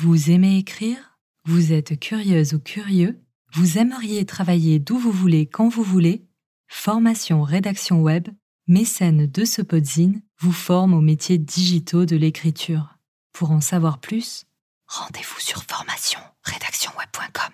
Vous aimez écrire? Vous êtes curieuse ou curieux? Vous aimeriez travailler d'où vous voulez, quand vous voulez? Formation Rédaction Web, mécène de ce podzine, vous forme aux métiers digitaux de l'écriture. Pour en savoir plus, rendez-vous sur formationredactionweb.com.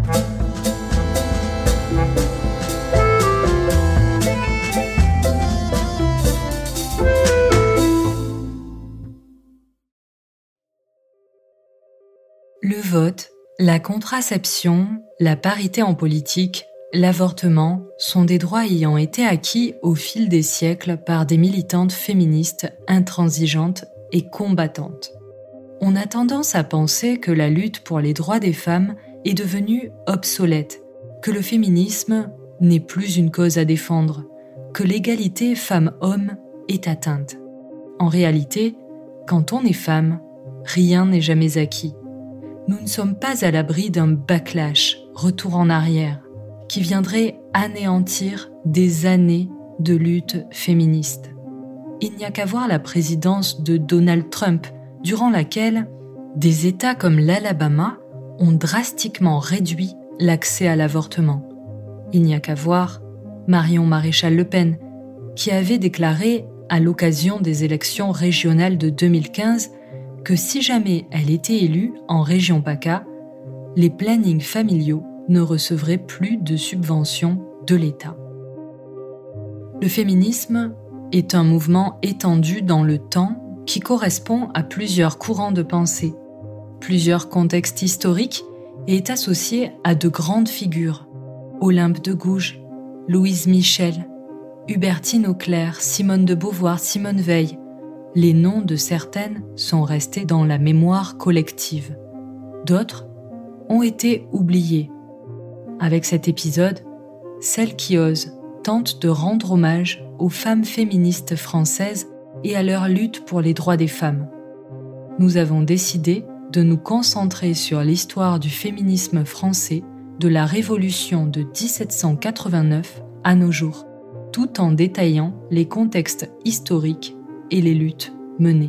Le vote, la contraception, la parité en politique, l'avortement sont des droits ayant été acquis au fil des siècles par des militantes féministes intransigeantes et combattantes. On a tendance à penser que la lutte pour les droits des femmes est devenue obsolète, que le féminisme n'est plus une cause à défendre, que l'égalité femmes-hommes est atteinte. En réalité, quand on est femme, rien n'est jamais acquis. Nous ne sommes pas à l'abri d'un backlash, retour en arrière, qui viendrait anéantir des années de lutte féministe. Il n'y a qu'à voir la présidence de Donald Trump, durant laquelle des États comme l'Alabama ont drastiquement réduit l'accès à l'avortement. Il n'y a qu'à voir Marion Maréchal Le Pen, qui avait déclaré à l'occasion des élections régionales de 2015 que si jamais elle était élue en région PACA, les plannings familiaux ne recevraient plus de subventions de l'État. Le féminisme est un mouvement étendu dans le temps qui correspond à plusieurs courants de pensée, plusieurs contextes historiques et est associé à de grandes figures. Olympe de Gouges, Louise Michel, Hubertine Auclair, Simone de Beauvoir, Simone Veil. Les noms de certaines sont restés dans la mémoire collective. D'autres ont été oubliés. Avec cet épisode, Celles qui osent tente de rendre hommage aux femmes féministes françaises et à leur lutte pour les droits des femmes. Nous avons décidé de nous concentrer sur l'histoire du féminisme français de la Révolution de 1789 à nos jours, tout en détaillant les contextes historiques et les luttes menées.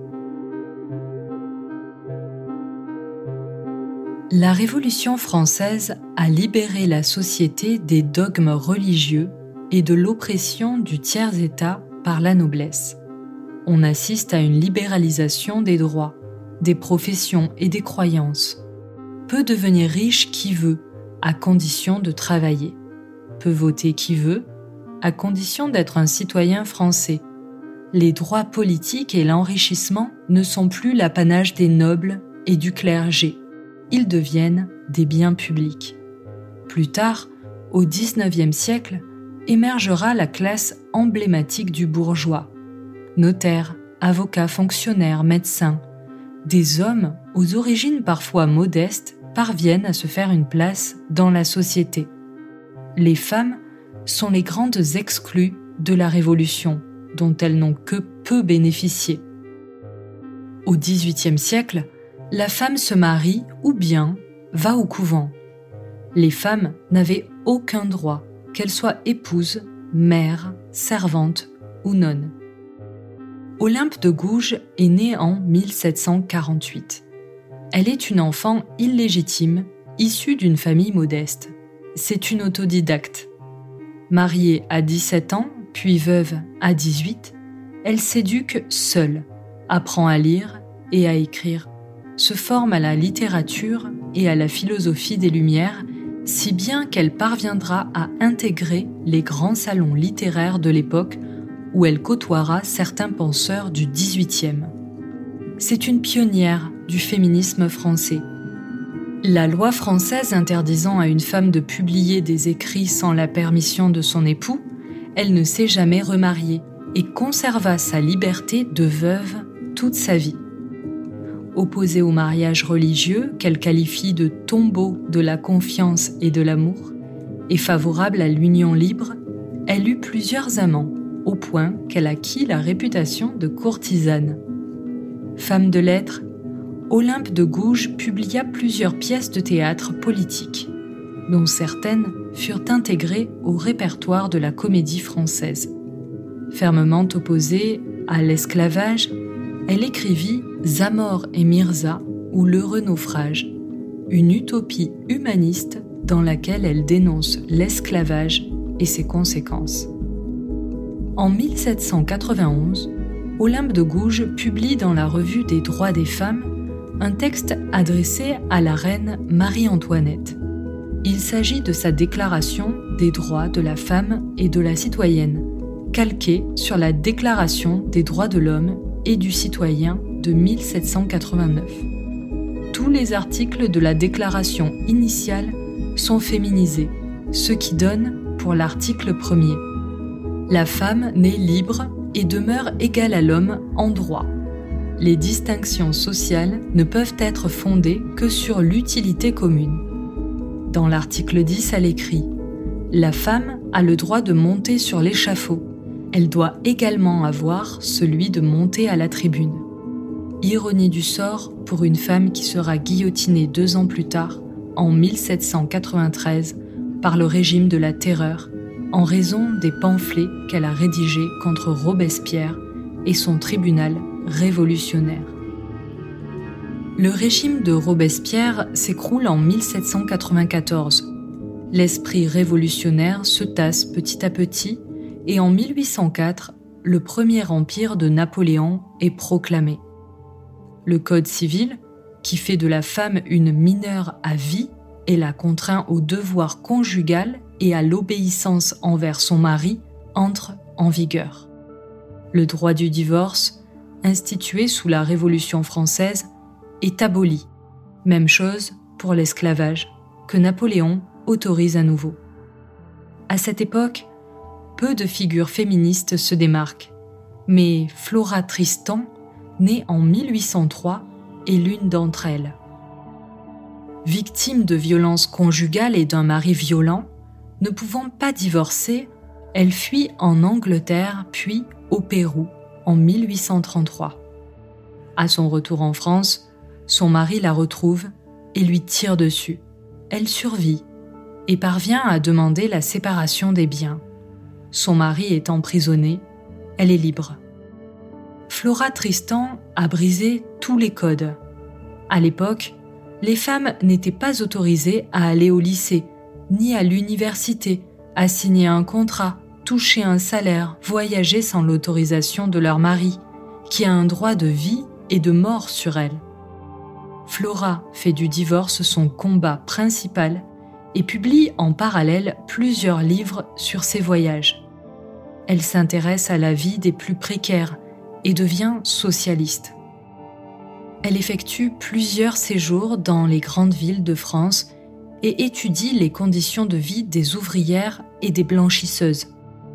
La Révolution française a libéré la société des dogmes religieux et de l'oppression du tiers-état par la noblesse. On assiste à une libéralisation des droits, des professions et des croyances. Peut devenir riche qui veut, à condition de travailler. Peut voter qui veut, à condition d'être un citoyen français. Les droits politiques et l'enrichissement ne sont plus l'apanage des nobles et du clergé. Ils deviennent des biens publics. Plus tard, au XIXe siècle, émergera la classe emblématique du bourgeois. Notaires, avocats, fonctionnaires, médecins. Des hommes, aux origines parfois modestes, parviennent à se faire une place dans la société. Les femmes sont les grandes exclues de la Révolution, dont elles n'ont que peu bénéficié. Au XVIIIe siècle, la femme se marie ou bien va au couvent. Les femmes n'avaient aucun droit, qu'elles soient épouses, mères, servantes ou nonnes. Olympe de Gouges est née en 1748. Elle est une enfant illégitime, issue d'une famille modeste. C'est une autodidacte. Mariée à 17 ans, puis veuve à 18, elle s'éduque seule, apprend à lire et à écrire, se forme à la littérature et à la philosophie des Lumières, si bien qu'elle parviendra à intégrer les grands salons littéraires de l'époque où elle côtoiera certains penseurs du XVIIIe. C'est une pionnière du féminisme français. La loi française interdisant à une femme de publier des écrits sans la permission de son époux, elle ne s'est jamais remariée et conserva sa liberté de veuve toute sa vie. Opposée au mariage religieux, qu'elle qualifie de tombeau de la confiance et de l'amour, et favorable à l'union libre, elle eut plusieurs amants, au point qu'elle acquit la réputation de courtisane. Femme de lettres, Olympe de Gouges publia plusieurs pièces de théâtre politiques, dont certaines furent intégrées au répertoire de la Comédie Française. Fermement opposée à l'esclavage, elle écrivit Zamore et Mirza ou l'heureux naufrage, une utopie humaniste dans laquelle elle dénonce l'esclavage et ses conséquences. En 1791, Olympe de Gouges publie dans la Revue des droits des femmes un texte adressé à la reine Marie-Antoinette. Il s'agit de sa déclaration des droits de la femme et de la citoyenne, calquée sur la Déclaration des droits de l'homme et du citoyen de 1789. Tous les articles de la déclaration initiale sont féminisés, ce qui donne, pour l'article 1er, la femme naît libre et demeure égale à l'homme en droit. Les distinctions sociales ne peuvent être fondées que sur l'utilité commune. Dans l'article 10, elle écrit « La femme a le droit de monter sur l'échafaud. Elle doit également avoir celui de monter à la tribune. » Ironie du sort pour une femme qui sera guillotinée 2 ans plus tard, en 1793, par le régime de la Terreur, en raison des pamphlets qu'elle a rédigés contre Robespierre et son tribunal révolutionnaire. Le régime de Robespierre s'écroule en 1794. L'esprit révolutionnaire se tasse petit à petit et en 1804, le premier empire de Napoléon est proclamé. Le Code civil, qui fait de la femme une mineure à vie et la contraint au devoir conjugal et à l'obéissance envers son mari, entre en vigueur. Le droit du divorce, institué sous la Révolution française, est aboli. Même chose pour l'esclavage, que Napoléon autorise à nouveau. À cette époque, peu de figures féministes se démarquent, mais Flora Tristan, née en 1803, est l'une d'entre elles. Victime de violences conjugales et d'un mari violent, ne pouvant pas divorcer, elle fuit en Angleterre puis au Pérou en 1833. À son retour en France, son mari la retrouve et lui tire dessus. Elle survit et parvient à demander la séparation des biens. Son mari est emprisonné, elle est libre. Flora Tristan a brisé tous les codes. À l'époque, les femmes n'étaient pas autorisées à aller au lycée, ni à l'université, à signer un contrat, toucher un salaire, voyager sans l'autorisation de leur mari, qui a un droit de vie et de mort sur elles. Flora fait du divorce son combat principal et publie en parallèle plusieurs livres sur ses voyages. Elle s'intéresse à la vie des plus précaires et devient socialiste. Elle effectue plusieurs séjours dans les grandes villes de France et étudie les conditions de vie des ouvrières et des blanchisseuses.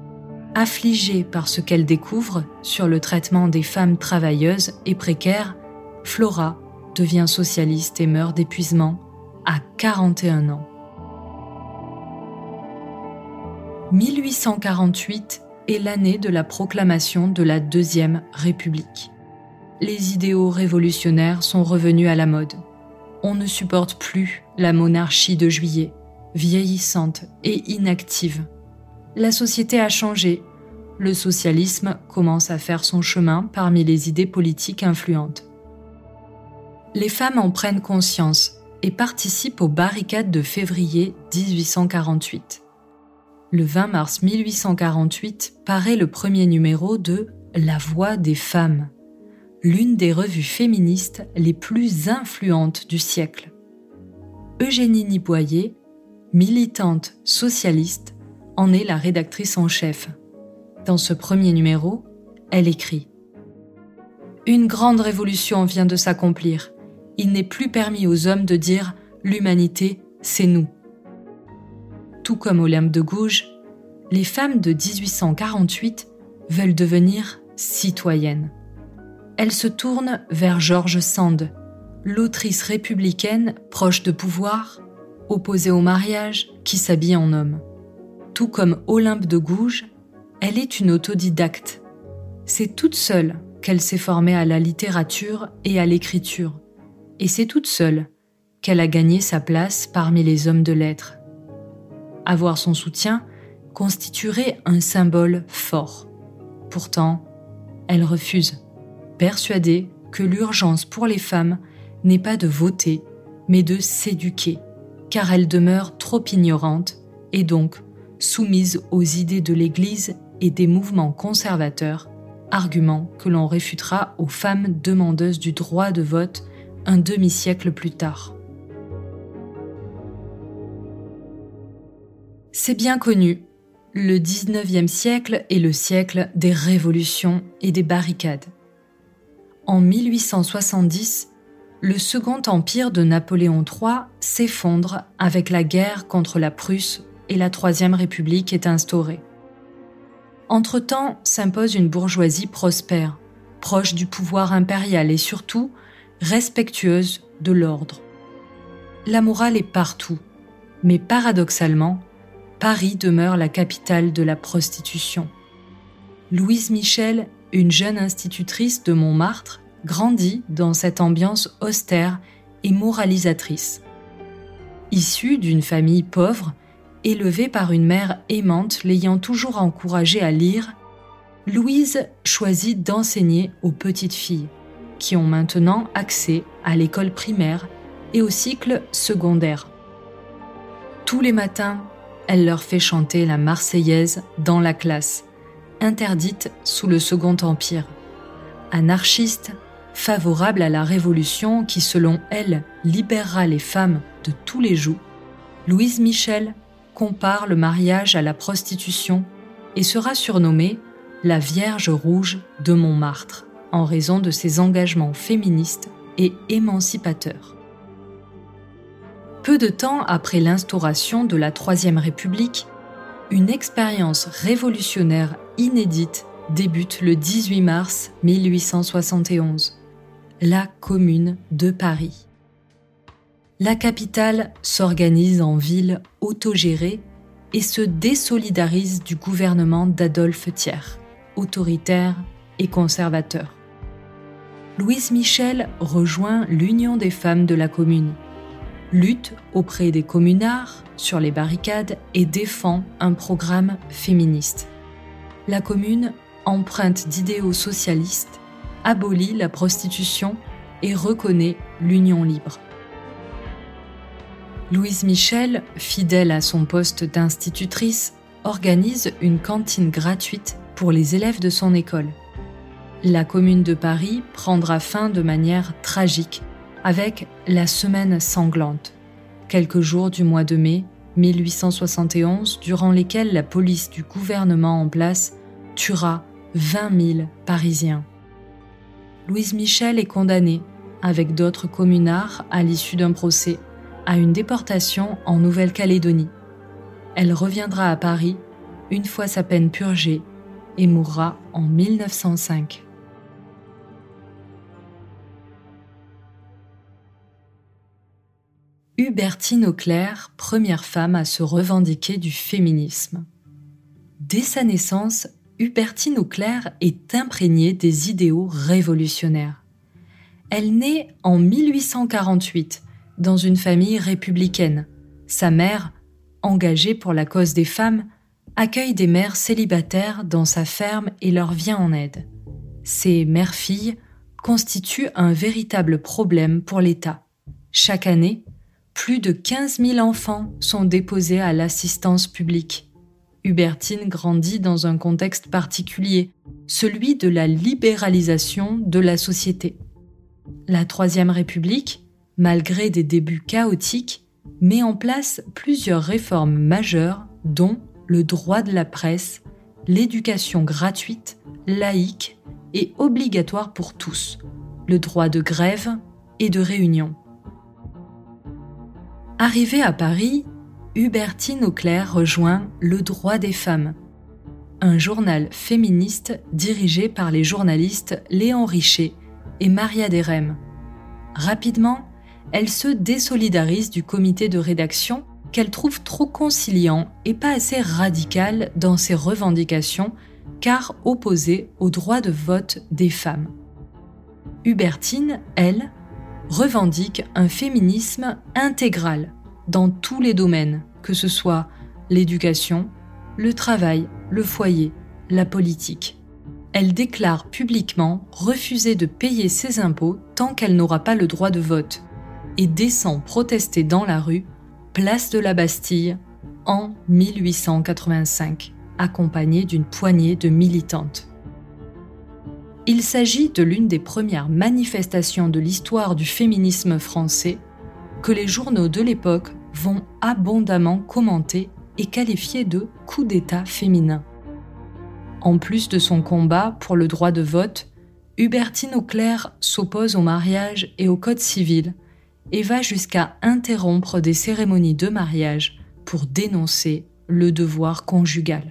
Affligée par ce qu'elle découvre sur le traitement des femmes travailleuses et précaires, Flora devient socialiste et meurt d'épuisement à 41 ans. 1848 est l'année de la proclamation de la Deuxième République. Les idéaux révolutionnaires sont revenus à la mode. On ne supporte plus la monarchie de Juillet, vieillissante et inactive. La société a changé. Le socialisme commence à faire son chemin parmi les idées politiques influentes. Les femmes en prennent conscience et participent aux barricades de février 1848. Le 20 mars 1848 paraît le premier numéro de La Voix des femmes, l'une des revues féministes les plus influentes du siècle. Eugénie Niboyer, militante socialiste, en est la rédactrice en chef. Dans ce premier numéro, elle écrit « Une grande révolution vient de s'accomplir. Il n'est plus permis aux hommes de dire « l'humanité, c'est nous ». Tout comme Olympe de Gouges, les femmes de 1848 veulent devenir citoyennes. Elles se tournent vers George Sand, l'autrice républicaine proche de pouvoir, opposée au mariage, qui s'habille en homme. Tout comme Olympe de Gouges, elle est une autodidacte. C'est toute seule qu'elle s'est formée à la littérature et à l'écriture. Et c'est toute seule qu'elle a gagné sa place parmi les hommes de lettres. Avoir son soutien constituerait un symbole fort. Pourtant, elle refuse, persuadée que l'urgence pour les femmes n'est pas de voter, mais de s'éduquer, car elle demeure trop ignorante et donc soumise aux idées de l'Église et des mouvements conservateurs, argument que l'on réfutera aux femmes demandeuses du droit de vote un demi-siècle plus tard. C'est bien connu, le XIXe siècle est le siècle des révolutions et des barricades. En 1870, le Second Empire de Napoléon III s'effondre avec la guerre contre la Prusse et la Troisième République est instaurée. Entre-temps, s'impose une bourgeoisie prospère, proche du pouvoir impérial et surtout respectueuse de l'ordre. La morale est partout, mais paradoxalement, Paris demeure la capitale de la prostitution. Louise Michel, une jeune institutrice de Montmartre, grandit dans cette ambiance austère et moralisatrice. Issue d'une famille pauvre, élevée par une mère aimante l'ayant toujours encouragée à lire, Louise choisit d'enseigner aux petites filles, qui ont maintenant accès à l'école primaire et au cycle secondaire. Tous les matins, elle leur fait chanter la Marseillaise dans la classe, interdite sous le Second Empire. Anarchiste, favorable à la Révolution qui, selon elle, libérera les femmes de tous les jougs, Louise Michel compare le mariage à la prostitution et sera surnommée la Vierge Rouge de Montmartre en raison de ses engagements féministes et émancipateurs. Peu de temps après l'instauration de la Troisième République, une expérience révolutionnaire inédite débute le 18 mars 1871, la Commune de Paris. La capitale s'organise en ville autogérée et se désolidarise du gouvernement d'Adolphe Thiers, autoritaire et conservateur. Louise Michel rejoint l'Union des femmes de la Commune, lutte auprès des communards sur les barricades et défend un programme féministe. La Commune, empreinte d'idéaux socialistes, abolit la prostitution et reconnaît l'union libre. Louise Michel, fidèle à son poste d'institutrice, organise une cantine gratuite pour les élèves de son école. La Commune de Paris prendra fin de manière tragique avec la Semaine sanglante, quelques jours du mois de mai 1871, durant lesquels la police du gouvernement en place tuera 20 000 Parisiens. Louise Michel est condamnée, avec d'autres communards à l'issue d'un procès, à une déportation en Nouvelle-Calédonie. Elle reviendra à Paris une fois sa peine purgée et mourra en 1905. Hubertine Auclert, première femme à se revendiquer du féminisme. Dès sa naissance, Hubertine Auclert est imprégnée des idéaux révolutionnaires. Elle naît en 1848 dans une famille républicaine. Sa mère, engagée pour la cause des femmes, accueille des mères célibataires dans sa ferme et leur vient en aide. Ces mères-filles constituent un véritable problème pour l'État. Chaque année, plus de 15 000 enfants sont déposés à l'assistance publique. Hubertine grandit dans un contexte particulier, celui de la libéralisation de la société. La Troisième République, malgré des débuts chaotiques, met en place plusieurs réformes majeures, dont le droit de la presse, l'éducation gratuite, laïque et obligatoire pour tous, le droit de grève et de réunion. Arrivée à Paris, Hubertine Auclert rejoint Le Droit des femmes, un journal féministe dirigé par les journalistes Léon Richer et Maria Derem. Rapidement, elle se désolidarise du comité de rédaction qu'elle trouve trop conciliant et pas assez radical dans ses revendications, car opposé au droit de vote des femmes. Hubertine, elle, revendique un féminisme intégral dans tous les domaines, que ce soit l'éducation, le travail, le foyer, la politique. elle déclare publiquement refuser de payer ses impôts tant qu'elle n'aura pas le droit de vote et descend protester dans la rue, place de la Bastille, en 1885, accompagnée d'une poignée de militantes. Il s'agit de l'une des premières manifestations de l'histoire du féminisme français que les journaux de l'époque vont abondamment commenter et qualifier de coup d'État féminin. En plus de son combat pour le droit de vote, Hubertine Auclert s'oppose au mariage et au code civil et va jusqu'à interrompre des cérémonies de mariage pour dénoncer le devoir conjugal.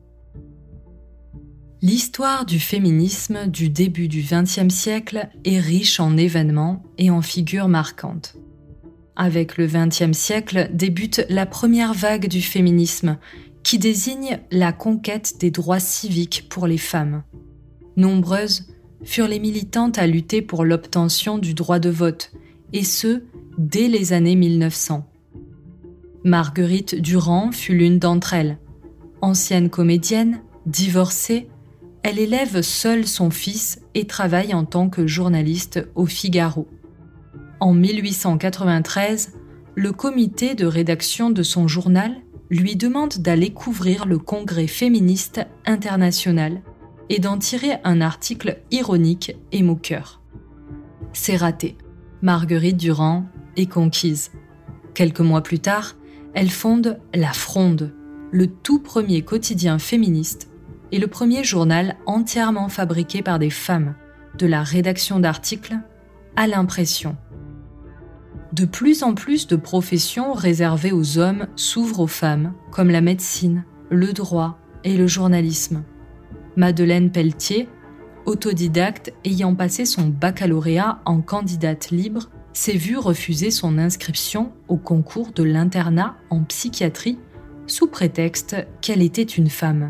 L'histoire du féminisme du début du XXe siècle est riche en événements et en figures marquantes. Avec le XXe siècle débute la première vague du féminisme, qui désigne la conquête des droits civiques pour les femmes. Nombreuses furent les militantes à lutter pour l'obtention du droit de vote, et ce, dès les années 1900. Marguerite Durand fut l'une d'entre elles. Ancienne comédienne, divorcée, elle élève seule son fils et travaille en tant que journaliste au Figaro. En 1893, le comité de rédaction de son journal lui demande d'aller couvrir le congrès féministe international et d'en tirer un article ironique et moqueur. C'est raté. Marguerite Durand est conquise. Quelques mois plus tard, elle fonde La Fronde, le tout premier quotidien féministe et le premier journal entièrement fabriqué par des femmes, de la rédaction d'articles à l'impression. De plus en plus de professions réservées aux hommes s'ouvrent aux femmes, comme la médecine, le droit et le journalisme. Madeleine Pelletier, autodidacte ayant passé son baccalauréat en candidate libre, s'est vue refuser son inscription au concours de l'internat en psychiatrie sous prétexte qu'elle était une femme.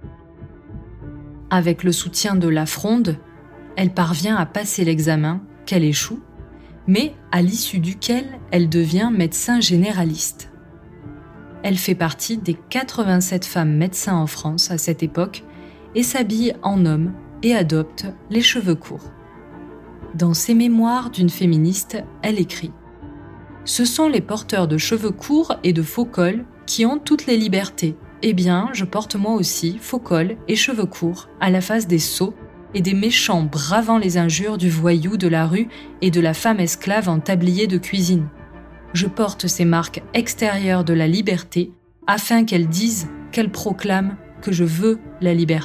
Avec le soutien de La Fronde, elle parvient à passer l'examen, qu'elle échoue, mais à l'issue duquel elle devient médecin généraliste. Elle fait partie des 87 femmes médecins en France à cette époque et s'habille en homme et adopte les cheveux courts. Dans ses mémoires d'une féministe, elle écrit « Ce sont les porteurs de cheveux courts et de faux cols qui ont toutes les libertés. Eh bien, je porte moi aussi faux cols et cheveux courts à la face des sots et des méchants bravant les injures du voyou de la rue et de la femme esclave en tablier de cuisine. Je porte ces marques extérieures de la liberté afin qu'elles disent, qu'elles proclament que je veux la liberté. »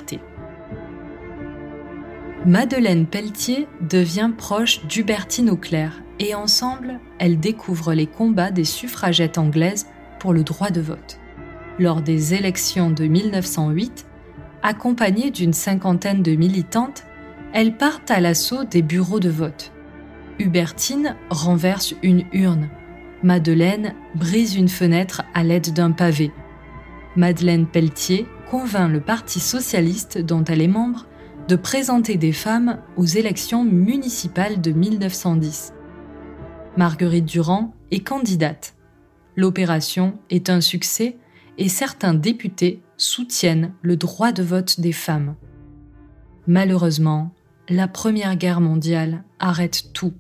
Madeleine Pelletier devient proche d'Hubertine Auclert et ensemble, elles découvrent les combats des suffragettes anglaises pour le droit de vote. Lors des élections de 1908, accompagnée d'une cinquantaine de militantes, elles partent à l'assaut des bureaux de vote. Hubertine renverse une urne. Madeleine brise une fenêtre à l'aide d'un pavé. Madeleine Pelletier convainc le Parti socialiste dont elle est membre de présenter des femmes aux élections municipales de 1910. Marguerite Durand est candidate. L'opération est un succès et certains députés soutiennent le droit de vote des femmes. Malheureusement, la Première Guerre mondiale arrête tout.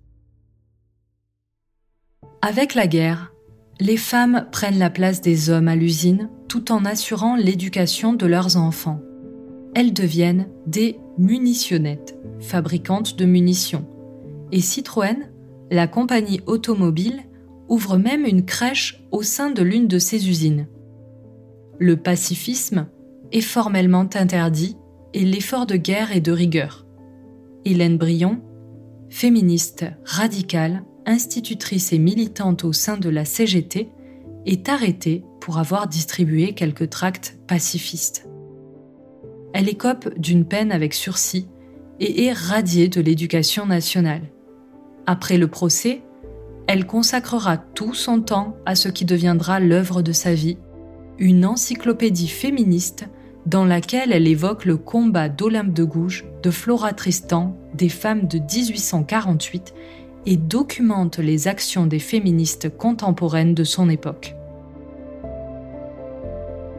Avec la guerre, les femmes prennent la place des hommes à l'usine tout en assurant l'éducation de leurs enfants. Elles deviennent des munitionnettes, fabricantes de munitions. Et Citroën, la compagnie automobile, ouvre même une crèche au sein de l'une de ses usines. Le pacifisme est formellement interdit et l'effort de guerre est de rigueur. Hélène Brion, féministe radicale, institutrice et militante au sein de la CGT, est arrêtée pour avoir distribué quelques tracts pacifistes. Elle écope d'une peine avec sursis et est radiée de l'Éducation nationale. Après le procès, elle consacrera tout son temps à ce qui deviendra l'œuvre de sa vie, une encyclopédie féministe dans laquelle elle évoque le combat d'Olympe de Gouges, de Flora Tristan, des femmes de 1848 et documente les actions des féministes contemporaines de son époque.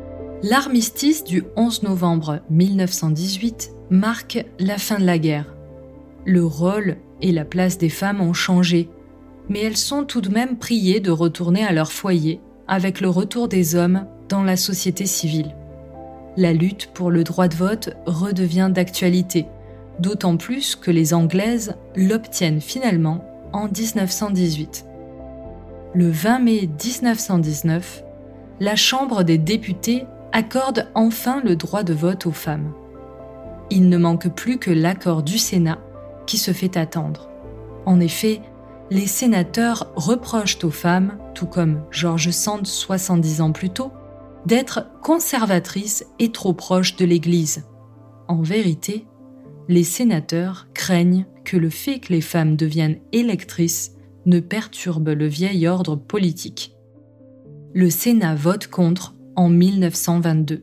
L'armistice du 11 novembre 1918 marque la fin de la guerre. Le rôle et la place des femmes ont changé, mais elles sont tout de même priées de retourner à leur foyer avec le retour des hommes dans la société civile. La lutte pour le droit de vote redevient d'actualité, d'autant plus que les Anglaises l'obtiennent finalement en 1918. Le 20 mai 1919, la Chambre des députés accorde enfin le droit de vote aux femmes. Il ne manque plus que l'accord du Sénat qui se fait attendre. En effet, les sénateurs reprochent aux femmes, tout comme George Sand 70 ans plus tôt, d'être conservatrices et trop proches de l'Église. En vérité, les sénateurs craignent que le fait que les femmes deviennent électrices ne perturbe le vieil ordre politique. Le Sénat vote contre en 1922.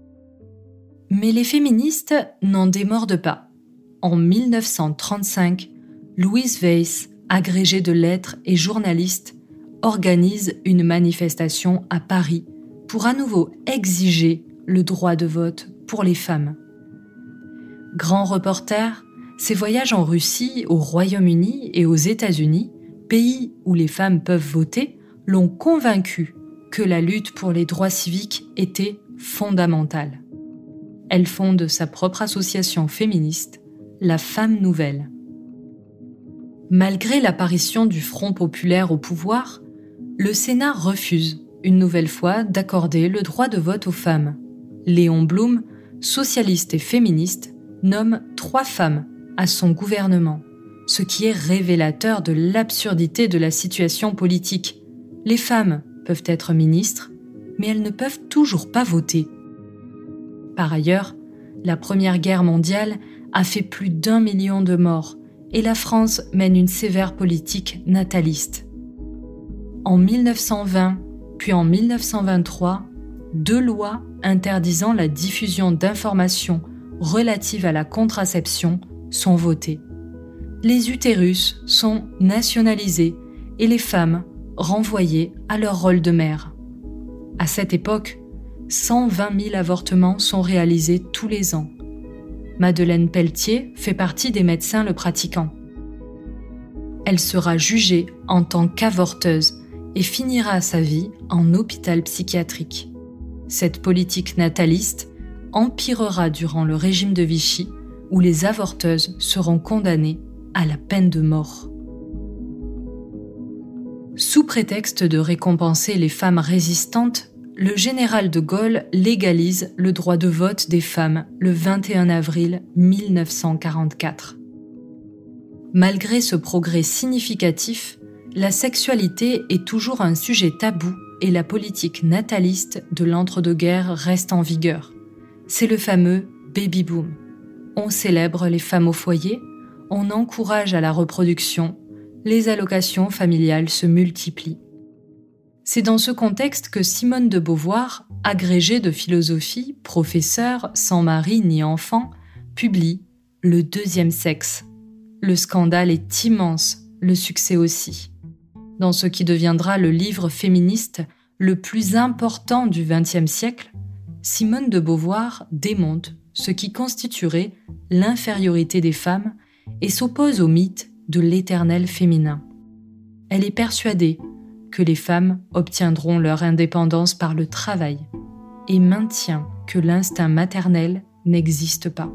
Mais les féministes n'en démordent pas. En 1935, Louise Weiss, agrégée de lettres et journaliste, organise une manifestation à Paris pour à nouveau exiger le droit de vote pour les femmes. Grand reporter, ses voyages en Russie, au Royaume-Uni et aux États-Unis, pays où les femmes peuvent voter, l'ont convaincue que la lutte pour les droits civiques était fondamentale. Elle fonde sa propre association féministe, la Femme Nouvelle. Malgré l'apparition du Front populaire au pouvoir, le Sénat refuse, une nouvelle fois, d'accorder le droit de vote aux femmes. Léon Blum, socialiste et féministe, nomme 3 femmes à son gouvernement, ce qui est révélateur de l'absurdité de la situation politique. Les femmes peuvent être ministres, mais elles ne peuvent toujours pas voter. Par ailleurs, la Première Guerre mondiale a fait plus d'1 million de morts et la France mène une sévère politique nataliste. En 1920, puis en 1923, 2 lois interdisant la diffusion d'informations relatives à la contraception sont votées. Les utérus sont nationalisés et les femmes renvoyées à leur rôle de mère. À cette époque, 120 000 avortements sont réalisés tous les ans. Madeleine Pelletier fait partie des médecins le pratiquant. Elle sera jugée en tant qu'avorteuse et finira sa vie en hôpital psychiatrique. Cette politique nataliste empirera durant le régime de Vichy, où les avorteuses seront condamnées à la peine de mort. Sous prétexte de récompenser les femmes résistantes, le général de Gaulle légalise le droit de vote des femmes le 21 avril 1944. Malgré ce progrès significatif, la sexualité est toujours un sujet tabou et la politique nataliste de l'entre-deux-guerres reste en vigueur. C'est le fameux baby-boom. On célèbre les femmes au foyer, on encourage à la reproduction, les allocations familiales se multiplient. C'est dans ce contexte que Simone de Beauvoir, agrégée de philosophie, professeure, sans mari ni enfant, publie « Le deuxième sexe ». Le scandale est immense, le succès aussi. Dans ce qui deviendra le livre féministe le plus important du XXe siècle, Simone de Beauvoir démonte ce qui constituerait l'infériorité des femmes et s'oppose au mythe de l'éternel féminin. Elle est persuadée que les femmes obtiendront leur indépendance par le travail et maintient que l'instinct maternel n'existe pas.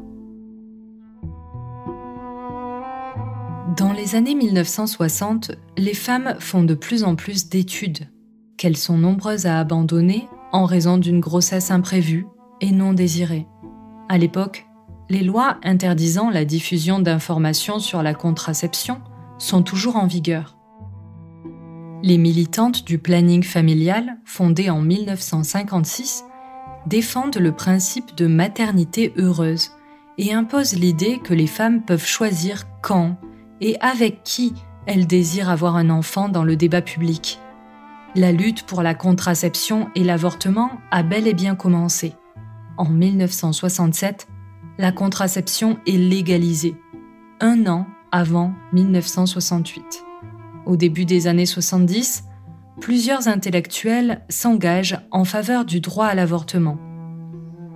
Dans les années 1960, les femmes font de plus en plus d'études, qu'elles sont nombreuses à abandonner en raison d'une grossesse imprévue et non désirée. À l'époque, les lois interdisant la diffusion d'informations sur la contraception sont toujours en vigueur. Les militantes du planning familial, fondé en 1956, défendent le principe de maternité heureuse et imposent l'idée que les femmes peuvent choisir quand et avec qui elles désirent avoir un enfant dans le débat public. La lutte pour la contraception et l'avortement a bel et bien commencé. En 1967, la contraception est légalisée, 1 an avant 1968. Au début des années 70, plusieurs intellectuels s'engagent en faveur du droit à l'avortement.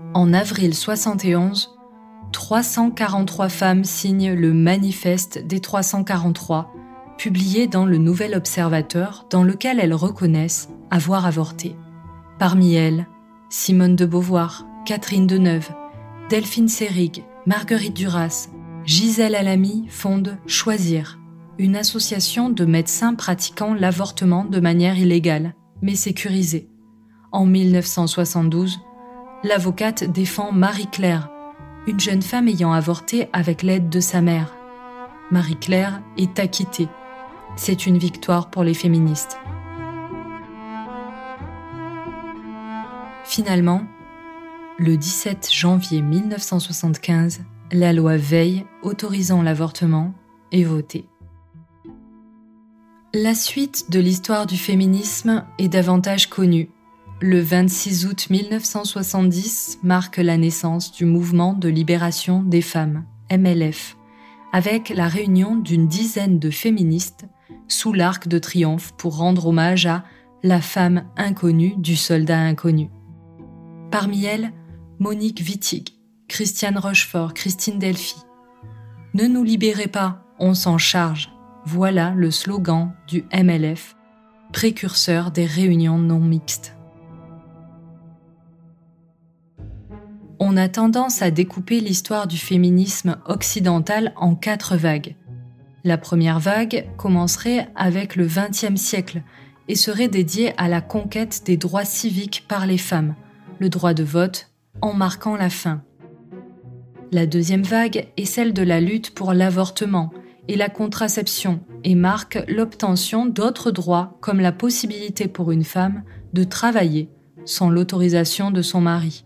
En avril 71, 343 femmes signent le Manifeste des 343, publié dans le Nouvel Observateur, dans lequel elles reconnaissent avoir avorté. Parmi elles, Simone de Beauvoir, Catherine Deneuve, Delphine Seyrig, Marguerite Duras, Gisèle Halimi fondent Choisir, une association de médecins pratiquant l'avortement de manière illégale, mais sécurisée. En 1972, l'avocate défend Marie-Claire, une jeune femme ayant avorté avec l'aide de sa mère. Marie-Claire est acquittée. C'est une victoire pour les féministes. Finalement, le 17 janvier 1975, la loi Veil autorisant l'avortement est votée. La suite de l'histoire du féminisme est davantage connue. Le 26 août 1970 marque la naissance du mouvement de libération des femmes, MLF, avec la réunion d'une dizaine de féministes sous l'Arc de Triomphe pour rendre hommage à la femme inconnue du soldat inconnu. Parmi elles, Monique Wittig, Christiane Rochefort, Christine Delphi. « Ne nous libérez pas, on s'en charge », voilà le slogan du MLF, précurseur des réunions non mixtes. On a tendance à découper l'histoire du féminisme occidental en 4 vagues. La première vague commencerait avec le XXe siècle et serait dédiée à la conquête des droits civiques par les femmes, le droit de vote en marquant la fin. La deuxième vague est celle de la lutte pour l'avortement et la contraception et marque l'obtention d'autres droits comme la possibilité pour une femme de travailler sans l'autorisation de son mari.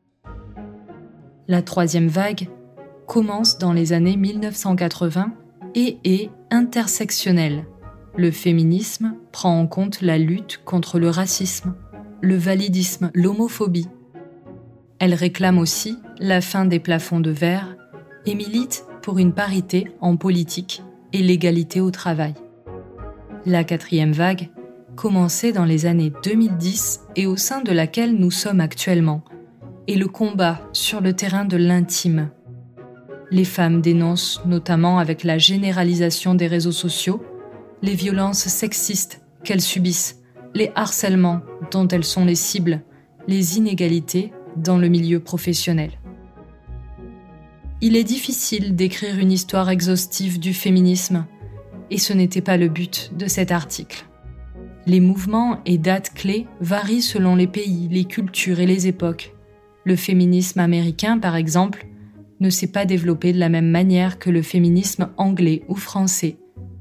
La troisième vague commence dans les années 1980 et est intersectionnelle. Le féminisme prend en compte la lutte contre le racisme, le validisme, l'homophobie. Elle réclame aussi la fin des plafonds de verre et milite pour une parité en politique et l'égalité au travail. La quatrième vague commençait dans les années 2010 et au sein de laquelle nous sommes actuellement, et le combat sur le terrain de l'intime. Les femmes dénoncent, notamment avec la généralisation des réseaux sociaux, les violences sexistes qu'elles subissent, les harcèlements dont elles sont les cibles, les inégalités dans le milieu professionnel. Il est difficile d'écrire une histoire exhaustive du féminisme, et ce n'était pas le but de cet article. Les mouvements et dates clés varient selon les pays, les cultures et les époques. Le féminisme américain, par exemple, ne s'est pas développé de la même manière que le féminisme anglais ou français.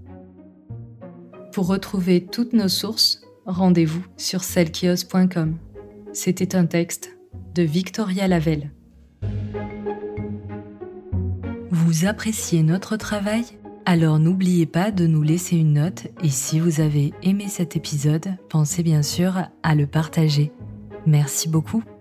Pour retrouver toutes nos sources, rendez-vous sur cellequiose.com. C'était un texte de Victoria Lavelle. Vous appréciez notre travail ? Alors n'oubliez pas de nous laisser une note et si vous avez aimé cet épisode, pensez bien sûr à le partager. Merci beaucoup.